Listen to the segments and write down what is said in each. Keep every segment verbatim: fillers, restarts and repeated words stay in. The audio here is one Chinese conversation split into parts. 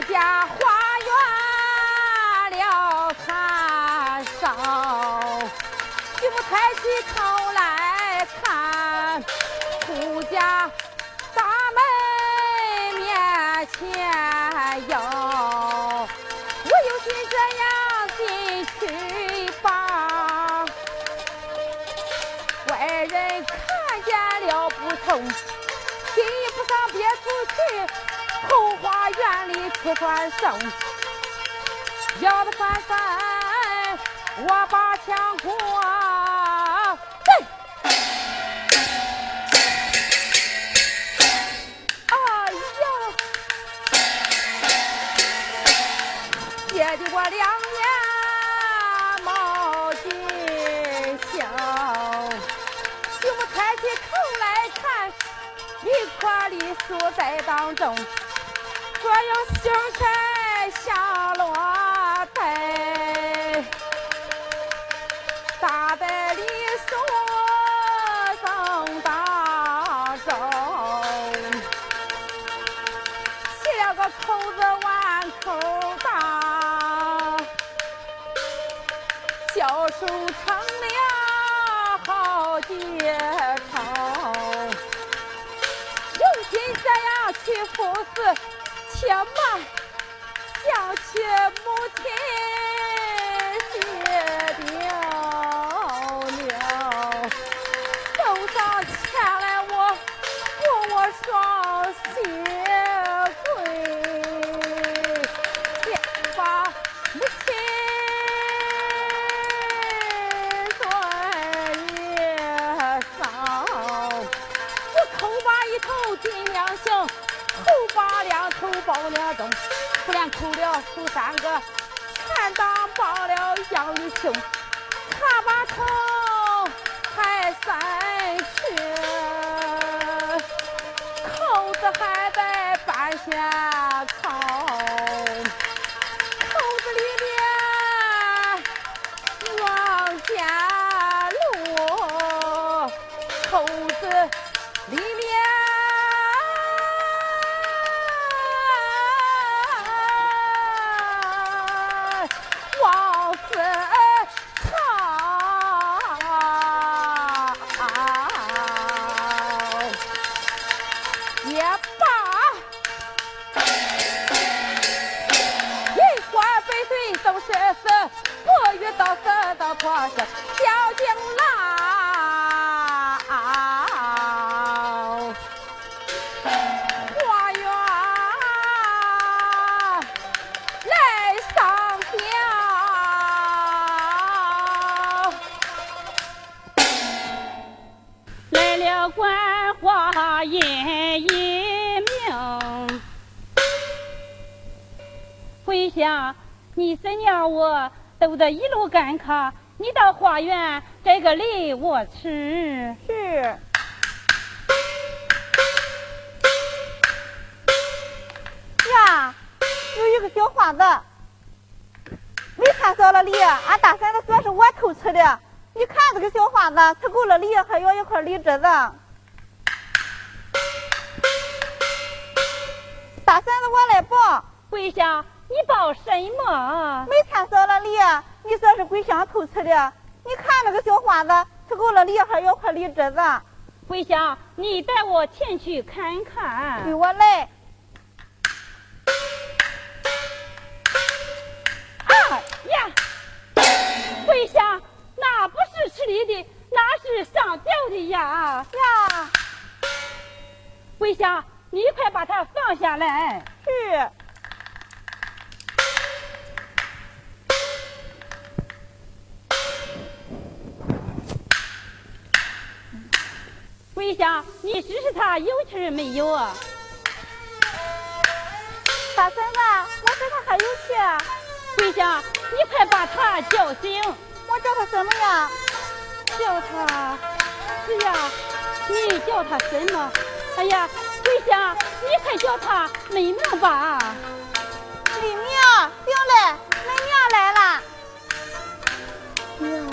家花园了看上，媳妇抬起头来看，出家大门面前有，我有心这样进去吧，外人看见了不同，心不上别出去，后花园里吃饭剩，要的饭饭我把枪过，对，哎呀，憋得我两眼冒金星，媳妇抬起头来看，一块梨树在当中，这有星辰下落台，大的梨树正当中，起了个口子碗口大，教书成了好几场，有心这样去服侍，且慢想起母亲写了了，走上前来我握我双膝跪，先把母亲尊也上，我口把一头金娘行，后把两头抱了东，不连扣了数三个，全当抱了杨玉庆，他把头还三去，扣子还在半下靠，扣子里面望见路，扣子里面到死到破是小金郎，花园来上吊，来了观花印一名，回想你孙娘我都得一路赶卡，你到花园摘个梨我吃。 是。呀，有一个小花子，没看着了梨，俺大婶子说是我偷吃的。你看这个小花子吃够了梨，还要一块梨枝子。大婶子，我来报。 桂香，你报什么？ 没看着了梨，你说是桂香偷吃的。你看那个小花子吃够了梨，还要块梨枝子。 桂香，你带我前去看看。 对，我来。 啊呀！桂香，那不是吃梨的，那是上吊的呀！ 呀！ 桂香，你快把它放下来。 是。 桂香，你试试他有气没有啊？ 大婶子，我说他还有气。 桂香，你快把他叫醒。 我叫他什么呀？ 叫他，是呀，你叫他什么？哎呀，桂香，你快叫他美名吧。 美名，行嘞，美娘来了。 呀。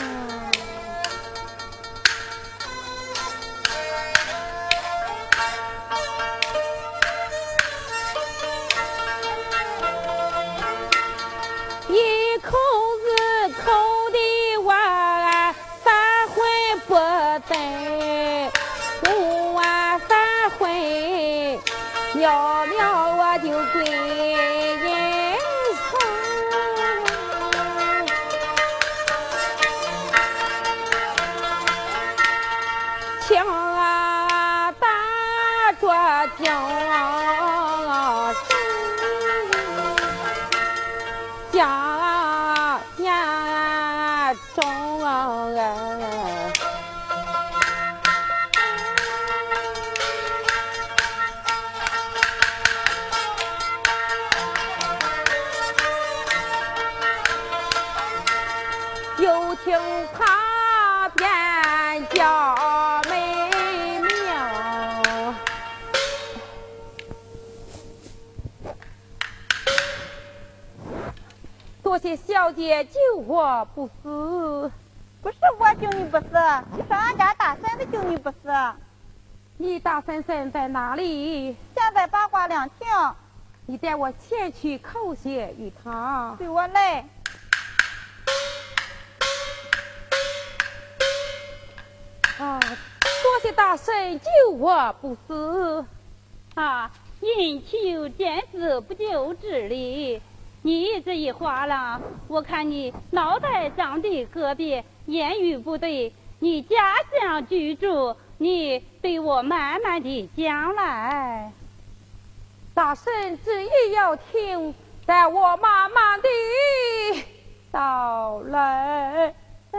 不听他便叫美名。多谢小姐救我不死。 不是我救你不死，是俺家大婶子救你不死。 你大婶婶在哪里？ 现在八卦凉亭。 你带我前去叩谢于他。 随我来。 啊，多谢大婶救我不死。 啊，人求见死不救之理。你这一话了，我看你脑袋长得个别，言语不对。你家乡居住，你对我慢慢的讲来。 大婶旨意要听，待我慢慢的道来。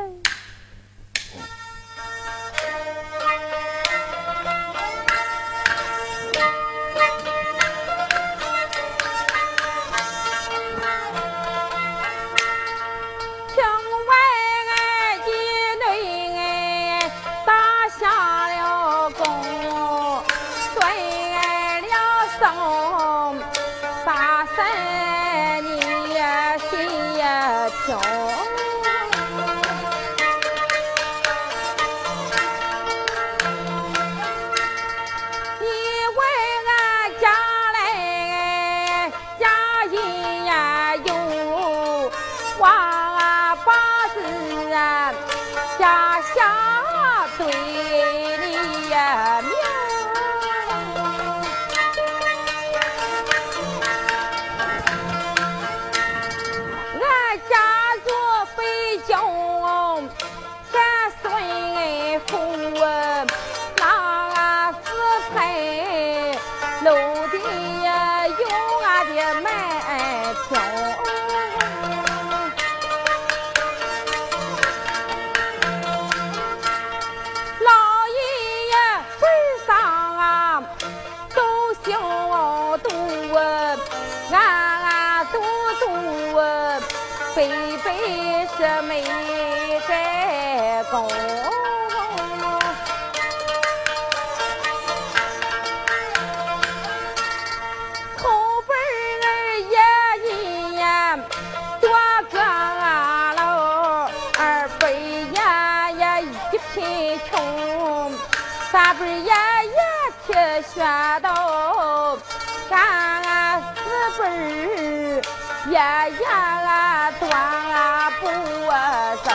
学到干四本儿，也呀断啊不走。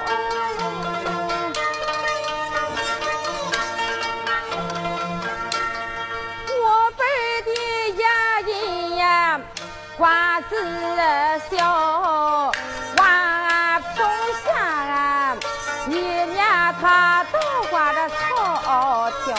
我本的爷爷呀，瓜子小，娃平下，一年他都挂着草条。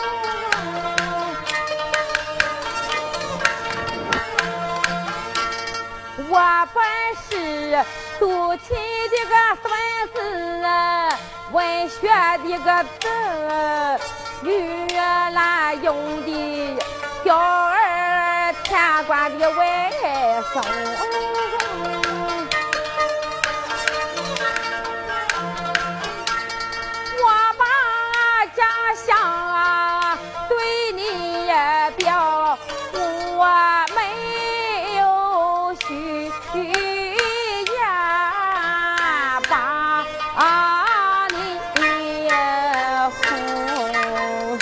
我本是读起的个孙子，文学的个字，语来用的小儿天官的外甥。我把家乡对你表，我没有虚呀，把你哄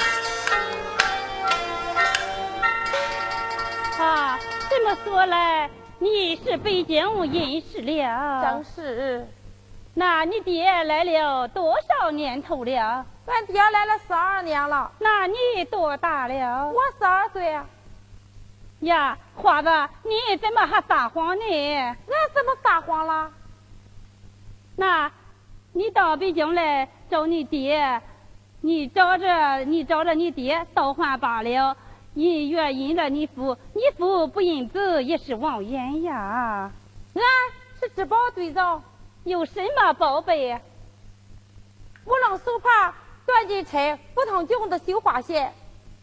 啊。这么说来，你是北京人士了？ 正是。 那你爹来了多少年头了？ 俺爹来了十二年了。 那你多大了？ 我十二岁啊。 呀，花子，你怎么还撒谎呢？ 俺怎么撒谎了？ 那，你到北京来找你爹，你找着你找着你爹倒换罢了，人越认了你父，你父不认字也是妄言呀。 俺是织宝队长。 有什么宝贝？ 五棱手帕、短金钗、不同酒的绣花鞋。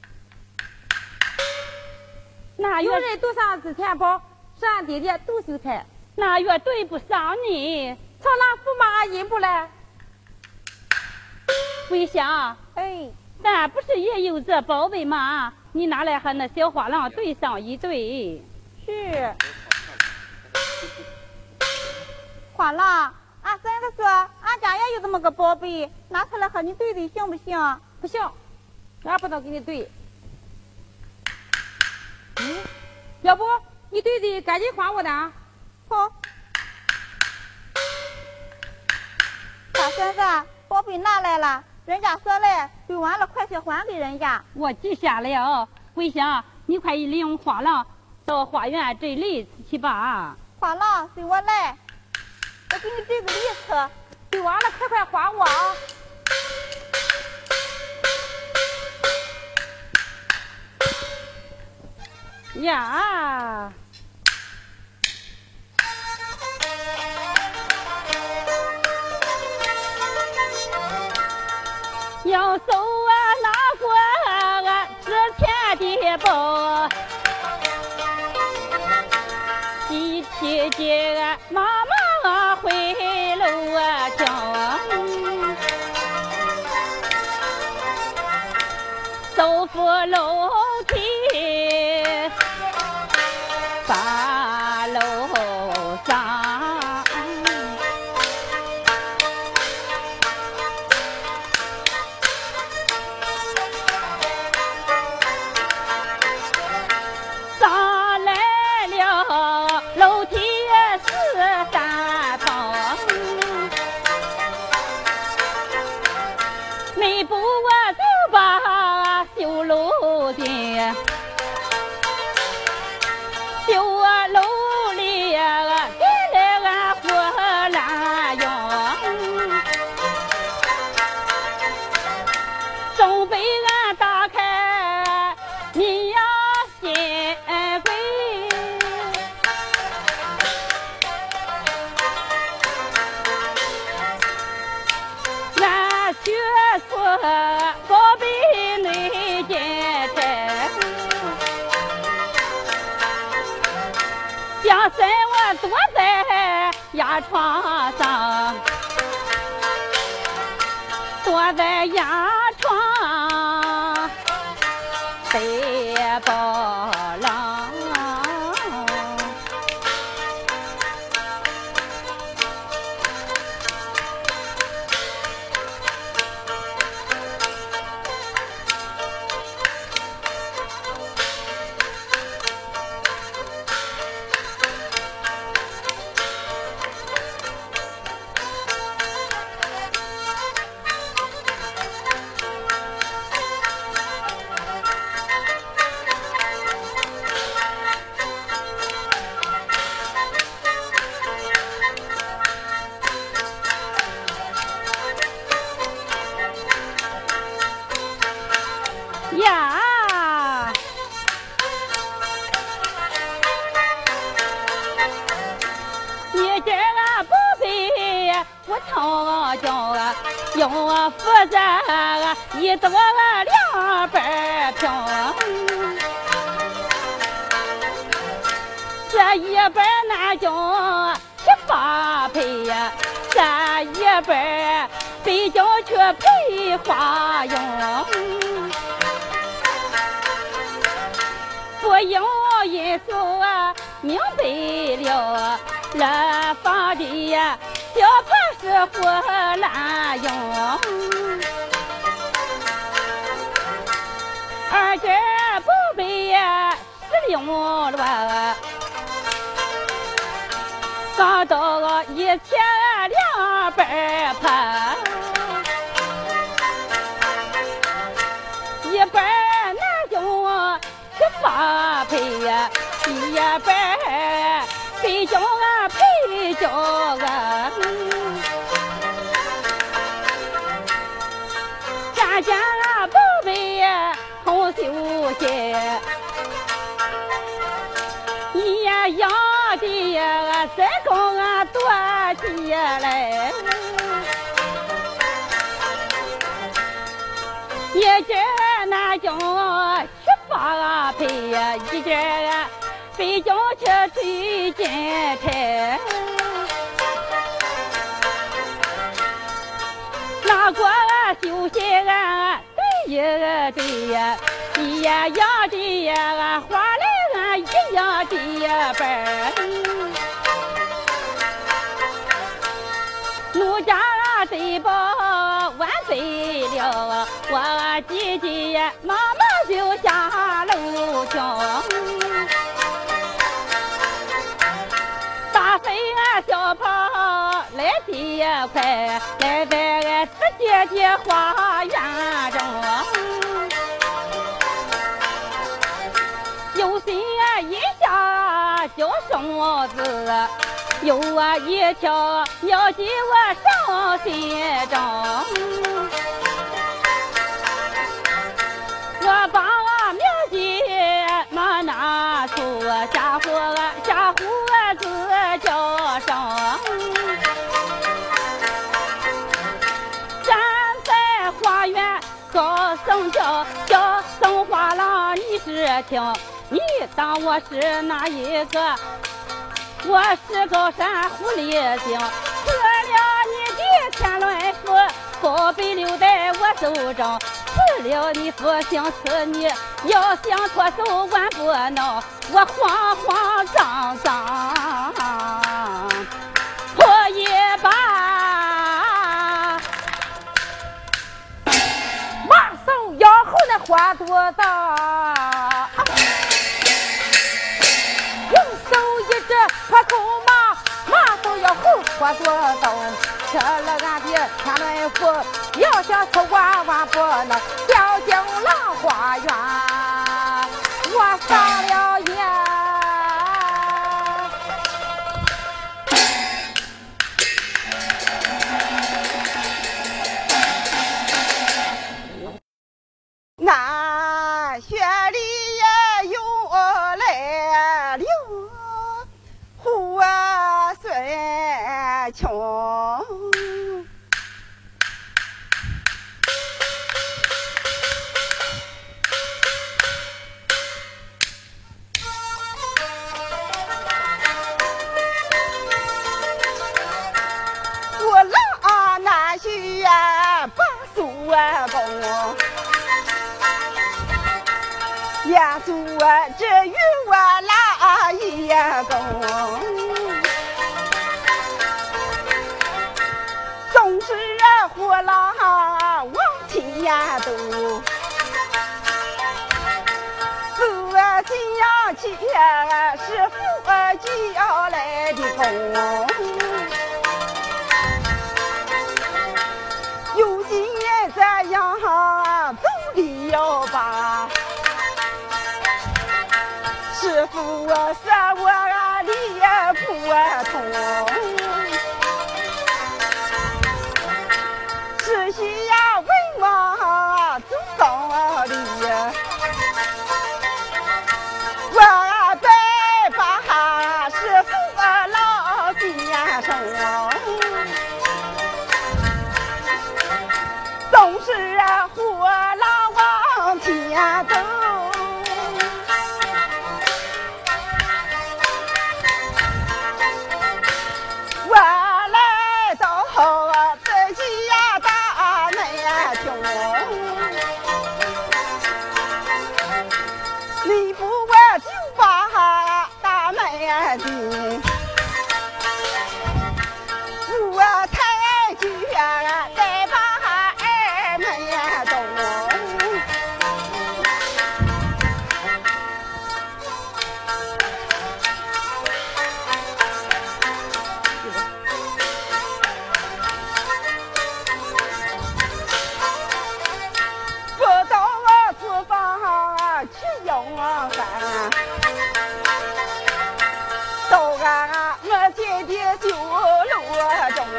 那有人赌上纸钱包，是俺爹爹独秀才。 那越对不上你。 从哪驸马印不来？ 桂香， 哎， 咱不是也有这宝贝吗？你拿来和那小花郎对上一对。 是。花郎，俺婶子说俺家也有这么个宝贝，拿出来和你对对行不行？ 不行，俺不能给你对。嗯，要不你对对，赶紧还我的。 好。大婶子，宝贝拿来了，人家说来对完了，快些还给人家。 我记下了。桂香，你快领花郎到花园这里去吧。 花郎，随我来，我给你对个礼车。 对完了，快快还我啊！ 呀，用手啊拿过啊值钱的宝，一提起啊妈妈回楼啊讲，走扶楼梯八楼上，上来了楼梯是三层，每步我走吧修楼的。修啊楼里啊，给来俺火兰用，准备俺打开你呀新柜，俺学出宝贝内金钗。将身我坐在压床上，坐在压床背包郎，呀，你这个宝贝我常讲啊，用我负责一多两百票，这一本那叫十八配呀，这一本北郊去配花用。不用因素啊，明白了，那房的呀，小牌是火兰用，而这宝贝呀，是用了，刚到一千两百盘，一本那种。十八配呀，一百配叫啊配叫啊，咱家宝贝好休息，一样的呀，再高啊多起来，一只那叫。八配呀，一件啊，北郊去推荐菜， 我过休息啊，对呀对呀，一样的呀，花来啊一样的呀本。奴家对报万岁了，我姐姐妈妈就下楼去。大飞啊小跑来得快，来在自姐姐花园中。有心啊一下叫双子，有啊一条妙计我上心中。我把妙计嘛拿出，吓唬吓唬自叫声。站在花园高声叫，叫声花郎你只听，你当我是哪一个？我是高山狐狸精，吃了你的天伦符，宝贝留在我手中。吃了你福星赐你，要想脱手万不能，我慌慌张张破一把， 马上腰后的花多大，用手一指破口马，马上腰后花多大，吃了俺的天伦符，要想吃万万不能，掉进浪花园，我上了眼。 俺雪里也有来了胡孙琼，我老南去呀把手工。耶稣啊，至于我拉一公，总是胡浪往前走，走啊这样去呀，是父儿就要来的功，有心这样走了吧。师傅啊，说我啊理不通，是需要为我走道理，我拜把师傅啊老先生，总是胡浪往前走。你不我就把大门的，我太君再把二门东，不到我厨房去用饭，到俺我姐姐酒楼中，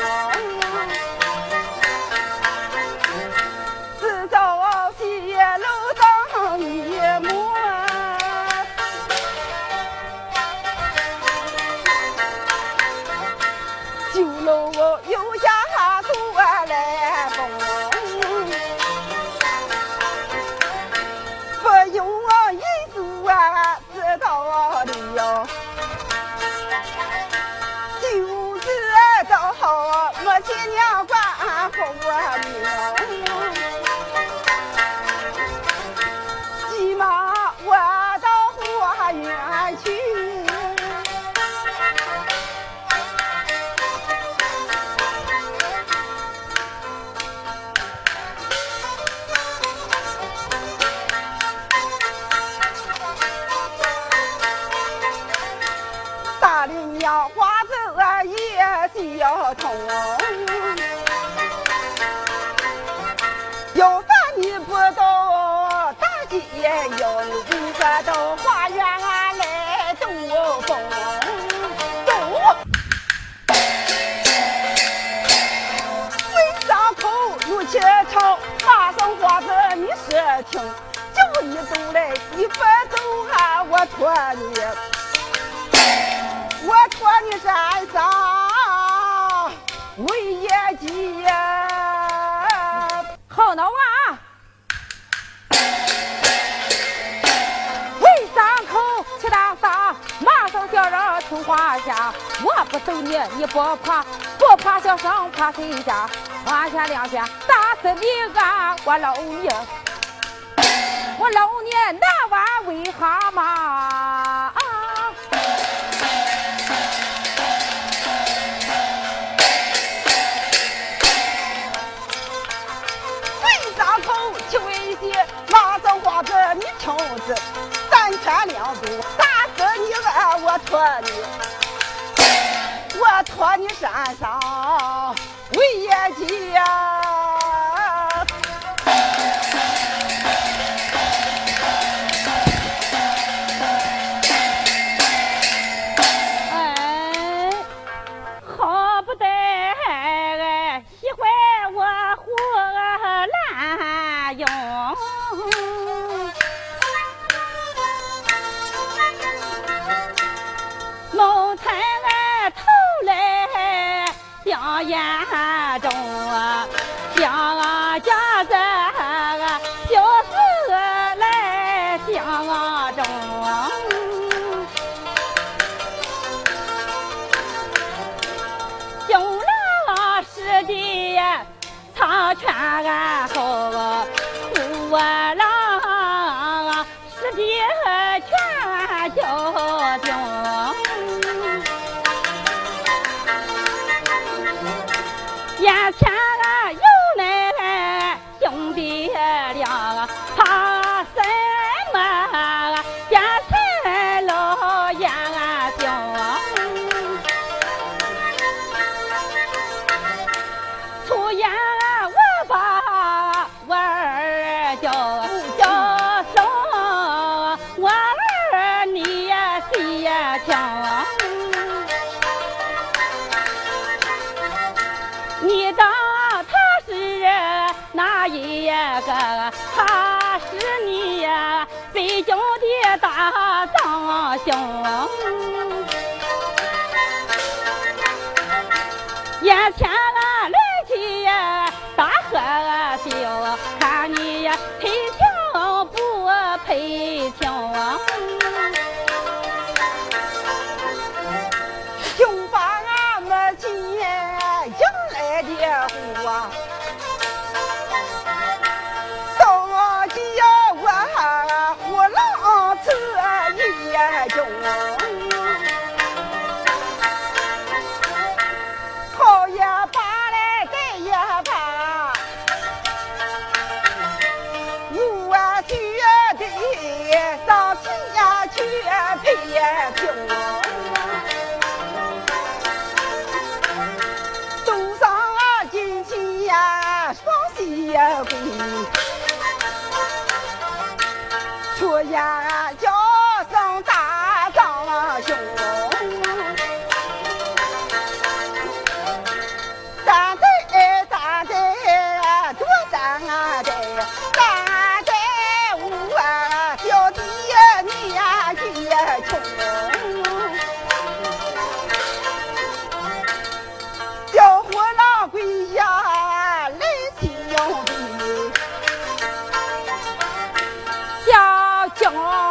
制造西楼上一幕，酒楼有家做来风。不用我一数啊，知道了，就知道我亲娘管可我命，急忙我到花园去。大林娘花走啊也要痛，有啥你不懂，大姐有你个到花园啊来兜风，走。为啥口有气吵，马上花子你是听，叫你走来你不走啊，我拖你。我托你山上为业绩呀， 好闹啊！为伤口气大撒，马上叫人听话下。我不走你，你不怕，不怕小生怕谁家？花前两天打死你个我老娘，我老娘那娃为蛤蟆啊！ 去危险，马上花子你听着，三天两度打死你个我托你，我托你山上为业绩呀。 哎，好不得哎，喜欢我活懒用。农村哎头来向眼中，向家子小事来向中。兄老师的苍泉后，虎狼师的全就定。眼前有那兄弟俩，怕什么？眼前老眼睛。出言我把我儿叫叫声，我儿你也谁也听。你当他是哪一个？他是你北京的大长兄。眼前来起大喝酒，看你配情不配情。 就把俺们亲迎来的户啊，到我家我虎狼吃一中，好也罢来再也罢，我去的上亲呀去配平。双喜呀归，出言叫声大长兄，三代三代多三代，三代五啊小弟你呀也穷，叫虎狼归家。 小将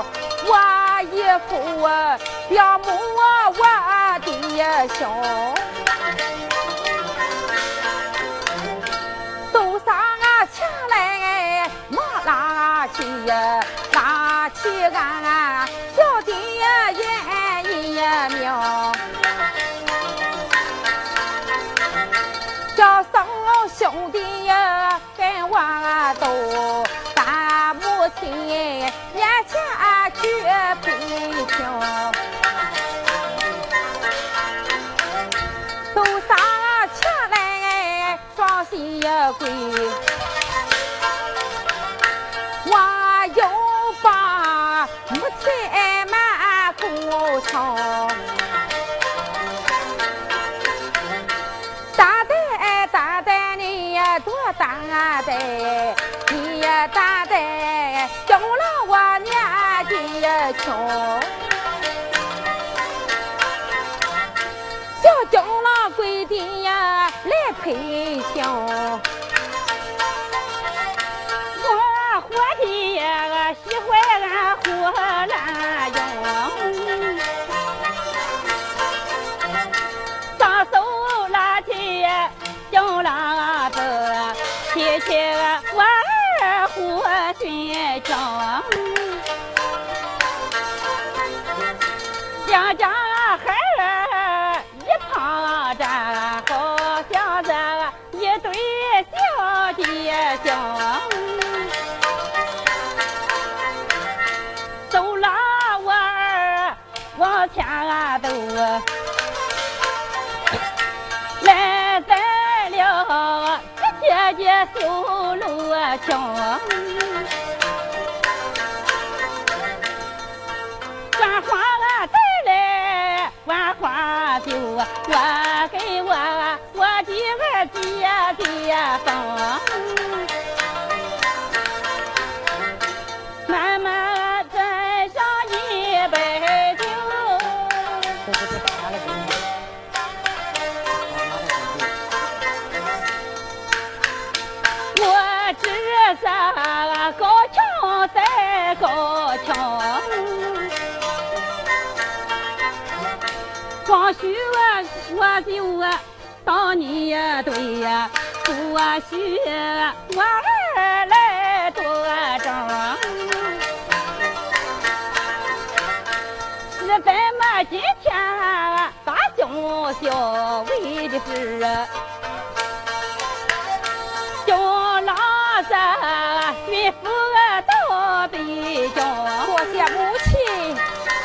我一副表母我的兄，都上啊前来马拉起拉起俺小弟眼一明，叫嫂兄弟跟我都咱母亲眼前绝不行，都上前来双膝跪，我又把母亲满骨头，大代大代你多大代，你大代叫了我年纪穷，小叫了跪地呀来陪笑， 我活的呀喜欢俺活难用，双手拉起叫拉子，谢谢我儿活军长，家家孩儿一旁站，好像这一对小弟兄，都拉我儿往前走，来在了姐姐修路桥，万花带来万花酒，我给我我的儿姐姐放，慢慢斟上一杯酒，我只是高墙在高墙，光许我我就到你对呀，不许我儿来多争，是咱们今天大兄小为的是叫老子岳父到北疆， 多谢母亲，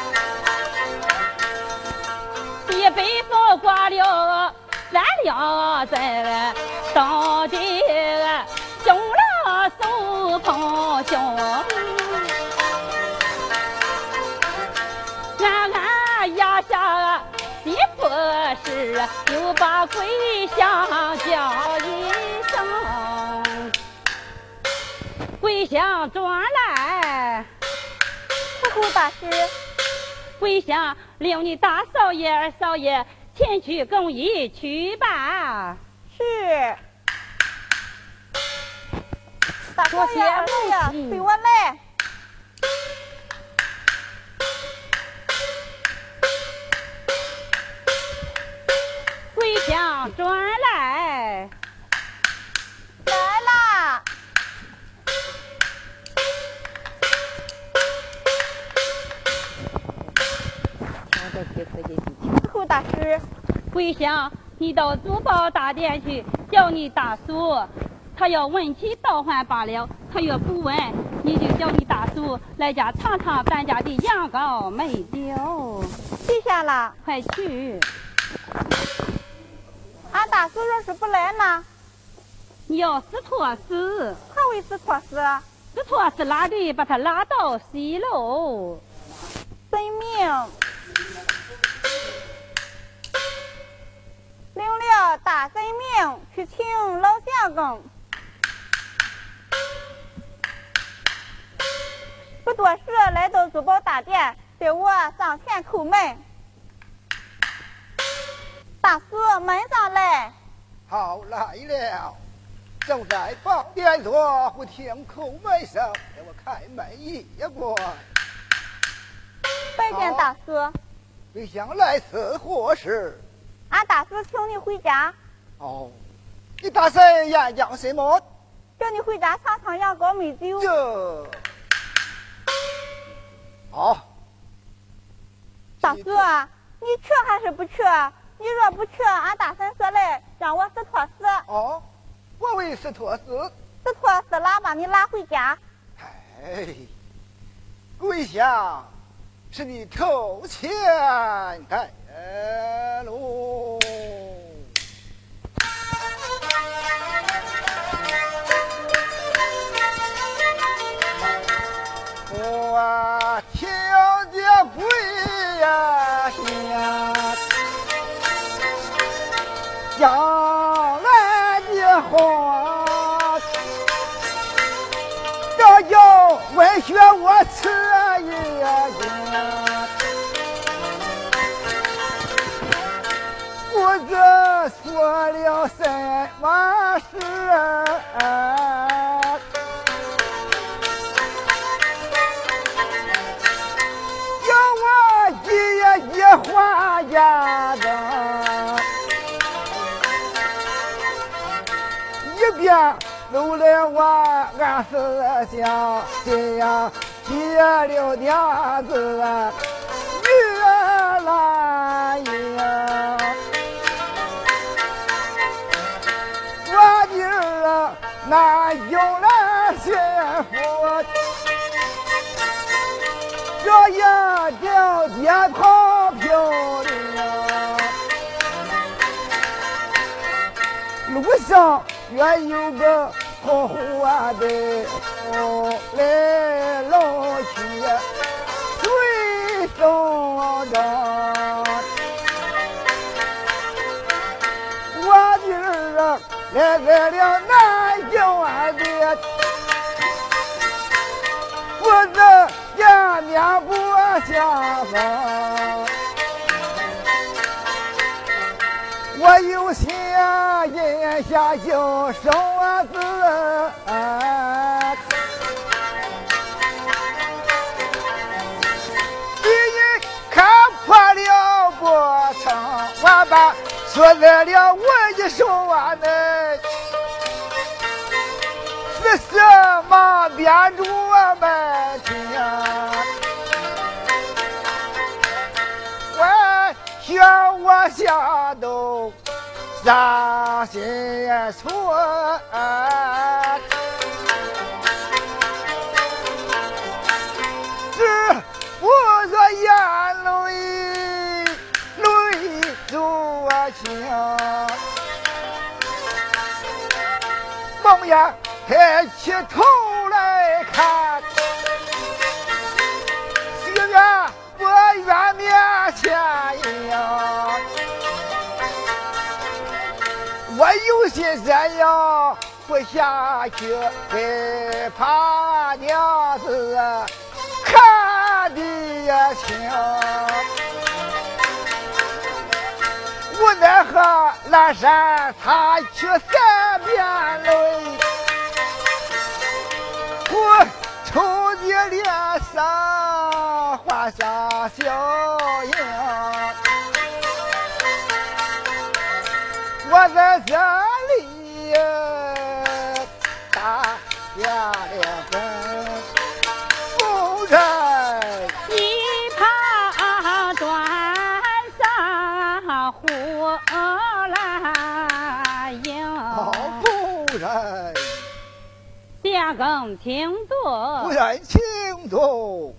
一杯风刮了三两在当的兄郎手捧香，俺俺压下媳妇是又把归乡叫一声，归乡转来， 师傅大师， 归乡领你大少爷二少爷前去更衣去吧。 是。大多谢少爷儿子呀， 母亲随我来。 归乡转来， 来啦！师傅大师， 归乡，你到珠宝大殿去，叫你大叔，他要问起倒换罢了，他要不问，你就叫你大叔来家尝尝咱家的羊羔美酒。 记下了。 快去！ 俺大叔若是不来呢？ 你要死拖死， 何为是错事？ 死拖死拉的，把他拉到西楼。 遵命。领了大神命去请老相公。不多时，来到珠宝大殿，对我上前叩门。大叔，门上来。 好，来了。正在宝殿坐，忽听叩门声，给我开门一关。 拜见大师。 贵相来此何事？ 俺大师请你回家。 哦，你打算演讲什么？ 叫你回家尝尝羊羔美酒。 这，好。 大师啊，你去还是不去？你若不去，俺大婶说来让我死托死。 哦，我为死托死。 死托死了，把你拉回家。 哎，贵相是你偷钱该喽。我听见贵呀相将来的话，这要文学我吃一惊，我这说了什么事？要我一一画押的，一边走来我俺思想这样接了娘子越来越，我的儿哪有了幸福？这样叫爹跑漂亮，路上原有个红花的哦来老去随送着，我的儿啊来在了南京的，我这见面不相逢，我有心印下就生字，第一看破了不成，我把说在了我一手啊内，是什么编著我们听？我想我想都伤心错，只不说眼泪泪作情，梦魇抬起头来看，心愿我愿面前呀，我有心这样不下去，害怕娘子看的也清，无奈何阑珊擦去三遍泪，我愁的脸上画上笑颜，我在这里打下了根风尘， 一旁端上火来迎， 好夫人， 下更请坐。 夫人请坐。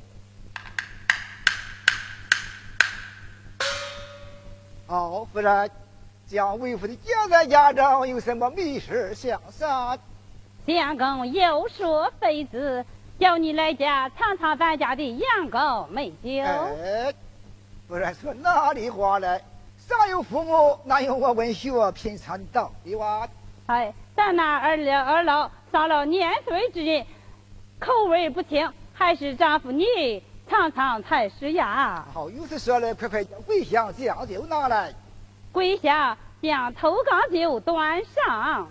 好夫人，将为父的家在家中有什么密事相商？ 相公有说非子，叫你来家尝尝咱家的羊羔美酒。 哎，夫人说哪里话来？上有父母，哪有我文学品尝的道理哇？ 哎，咱那二老二老上了年岁之人，口味不清，还是丈夫你尝尝才是呀。 好，有事说来，快快将桂香酱酒拿来。 跪下，将头缸酒端上。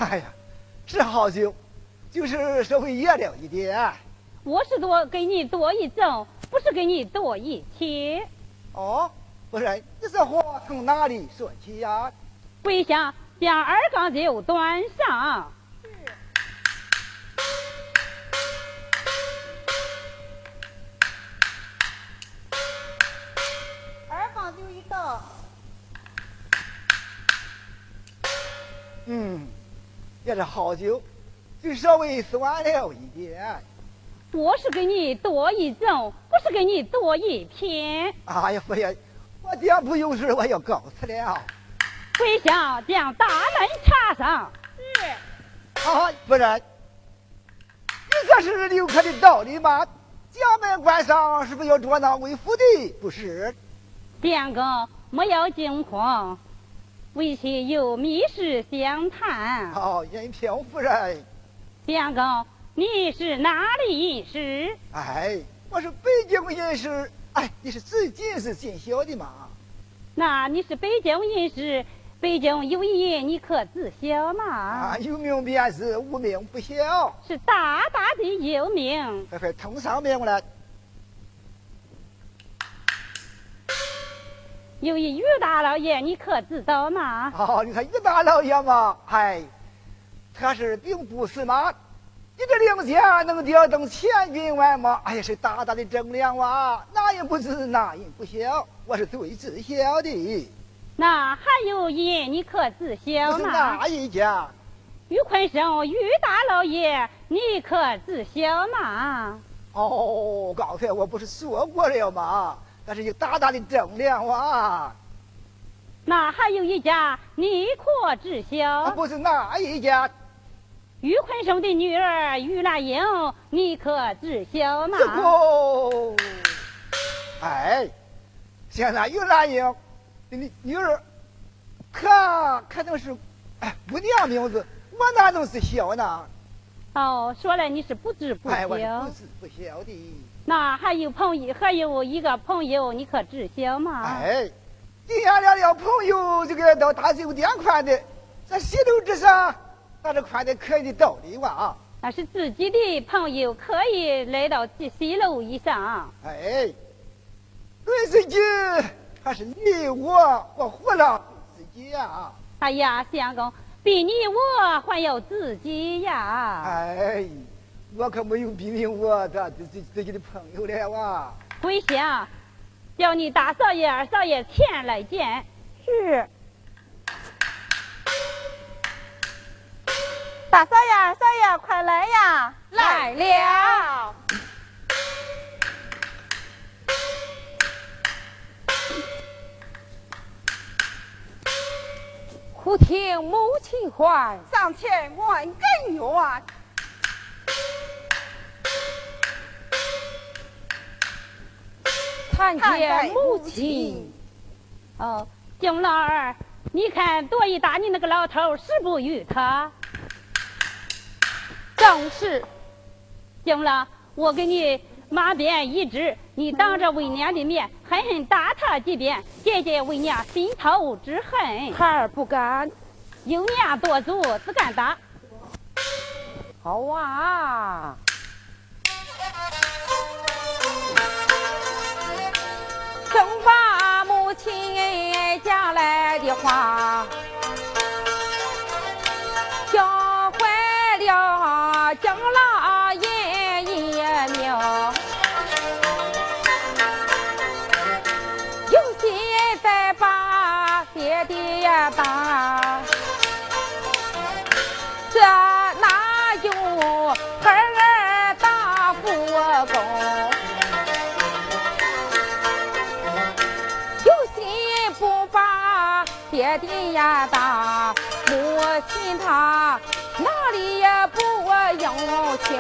哎呀，是好酒，就是稍微热了一点。 我是多给你多一赠，不是给你多一钱。 哦，不是，你这话从哪里说起呀？ 跪下，将二缸酒端上。 二缸酒一倒。 嗯，也是好酒，就稍微酸了一点。 我是给你多一赠，不是给你多一片。 哎呀，夫人，我店铺有事，我要告辞了。 跪下，将大门插上。 是。 啊，夫人，你这是留客的道理吗？家门关上，是不是要捉拿为夫的？不是。 店公莫要惊慌，为妻有密事相谈。 好，任凭夫人。 店公，你是哪里人士？ 哎，我是北京人士。哎，你是最近是进校的吗？ 那你是北京人士，北京有一人，你可知晓吗？ 啊，有名便是，无名不晓。 是大大的有名。 快快通上名来。 有一于大老爷，你可知道吗？ 哦，你看于大老爷嘛，哎，他是并不是嘛。你这零钱能调动千军万马，哎呀，是大大的正粮哇！哪人不知，哪人不晓？我是最知晓的。 那还有一人，你可知晓吗？ 是哪一家？ 于坤生，于大老爷，你可知晓吗？ 哦，刚才我不是说过了吗？那是有大大的正粮哇！ 那还有一家，你可知晓？ 啊、不是哪一家？ 于坤生的女儿于兰英，你可知晓吗？ 这个，哎，现在于兰英的女儿，她可能是哎姑娘名字，我哪能是晓呢？ 哦，说来你是不知不晓。 哎，我是不知不晓的。 那还有朋友，还有一个朋友，你可知晓吗？ 哎，今天聊聊朋友，这个到大酒店款的，在西楼之上。那这款的可以的道理哇啊！ 那是自己的朋友，可以来到西楼以上。 哎，论自己还是你我我活了自己呀、啊！ 哎呀，相公，比你我还有自己呀！ 哎，我可没有比你我的自己自己的朋友了哇！ 桂香，叫你大少爷、二少爷前来见。 是。大少爷、二少爷，快来呀！ 来了。忽听母亲唤， 上前万根源。 参见母亲。 哦，景老儿，你看多一打你那个老头，是不与他？ 正是。 景老，我给你马鞭一支，你当着为娘的面狠狠打他几鞭，解解为娘心头之恨。 孩儿不敢。 有娘多足，只敢打。 好啊。正把母亲讲来的话教坏了景老爷一命，有心再把爹爹打，这哪有孩儿打父公？爹爹呀打，母亲她哪里也不用情，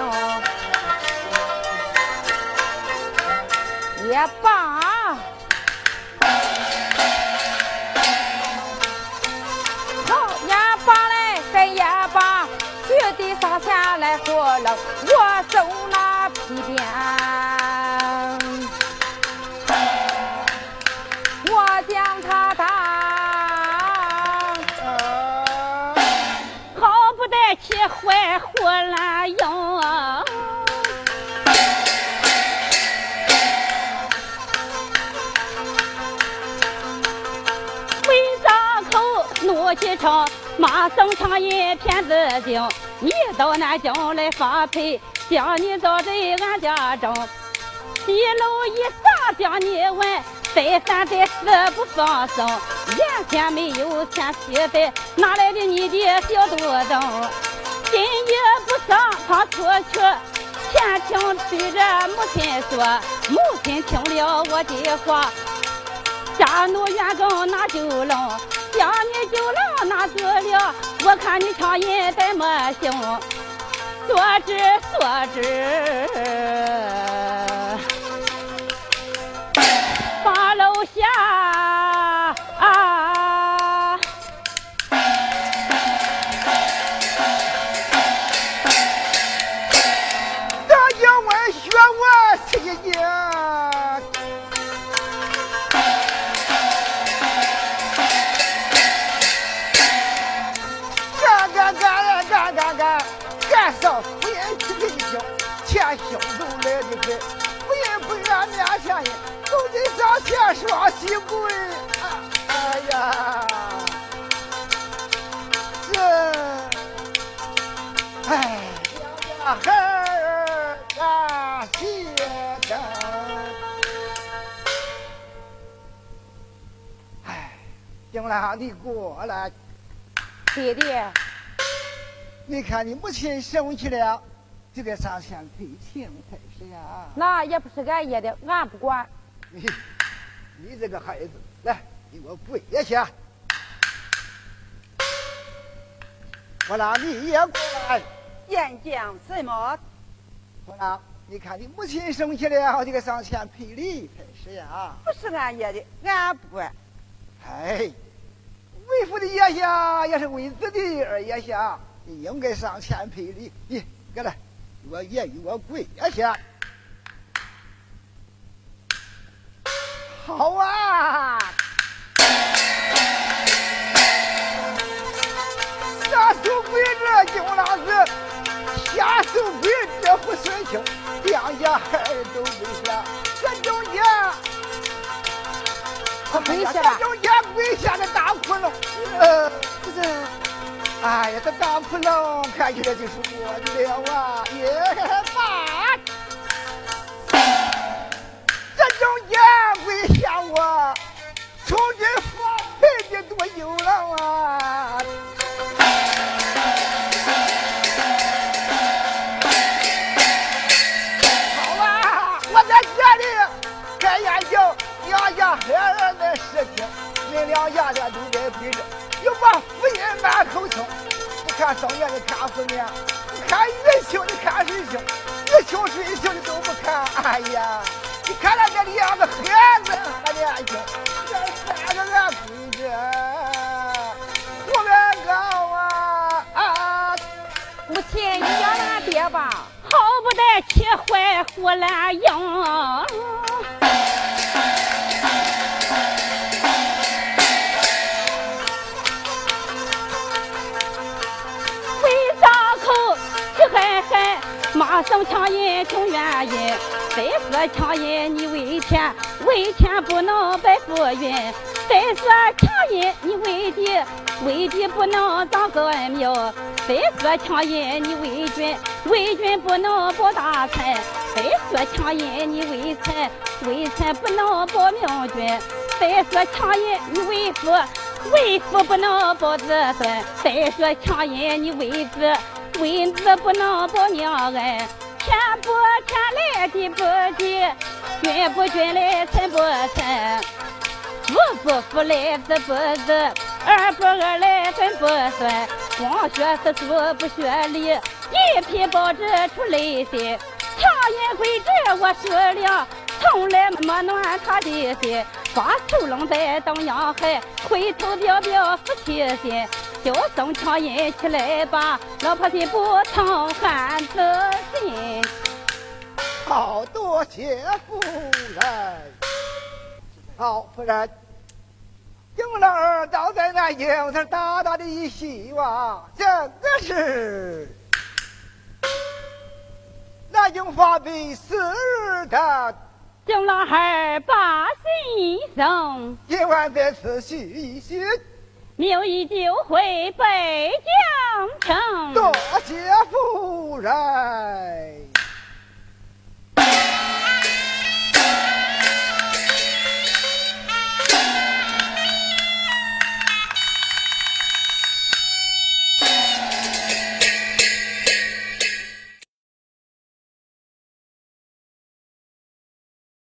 也罢，好也罢嘞，这也罢，绝对上下来活了，我手拿皮鞭，我将他打。不得马送长银骗子精，你到南京来发配，将你招在俺家中。西楼一上将你问，再三再四不放松。眼前没有钱皮带，哪来的你的小肚洞？今夜不上他出去，前情对着母亲说，母亲听了我的话，家奴员工拿酒笼，将你酒笼拿走了，我看你长银带么行？说知说知，八楼下啊， 大家问学我是一年。干上夫人去退休，前胸都来的快，夫人不愿面前人，都得上前双膝跪。啊、哎呀，这，哎，两家孩儿啊，谢灯。哎，行了，你过来， 弟弟。 你看你母亲生气了，就该上前赔情才是呀。 那也不是俺爷的，俺不管。 你，你这个孩子，来，你给我跪下去。我让你也过来。 见将什么？ 我让你看你母亲生气了，就该上前赔礼才是呀。 不是俺爷的，俺不管。 哎，为父的爷下也是为子的儿爷下。你应该上前赔礼，你过来，我爷与我跪下去。好啊，上手跪着金老子，下手跪着不顺情，两家孩儿都跪下，这中间， 他跪下了， 这中间跪下个大窟窿，呃，不是。哎呀，这大窟窿看起来就是我的了啊！也爸，这中间跪下我，从军发配的多久了啊？好啊，我在这里该研究两家孩儿的事情，你两家的都该跪着。又把夫人满口称，你看上面你看夫人，你看月星你看水星，月星水星你都不看。哎呀，你看那个两个孩子还年轻，这三个俺闺女我们高啊啊！ 母亲，你叫俺爹吧， 好不得气坏胡兰英。马送强银穷原因，再说强银你为天，为天不能白浮云；再说强银你为地，为地不能长根苗；再说强银你为君，为君不能保大臣；再说强银你为臣，为臣不能保明君；再说强银你为父，为父不能保子孙；再说强银你为子。为子不能保娘恩，天不天来地不地，君不君来臣不臣，父不父来子不子，儿不儿来孙不孙，光学四书不学理，一匹报纸出雷心，常言规矩我数量，从来没暖他的心，把头冷在当阳海，回头表表夫妻心。叫声强银起来吧，老婆心不疼汉子心。 好多谢夫人，好夫人，英老儿倒在南京，他大大的一希望，这个是南京发配四日的。 敬老孩儿把心声， 今晚在此叙一叙。 明日就回北疆城。 多谢夫人。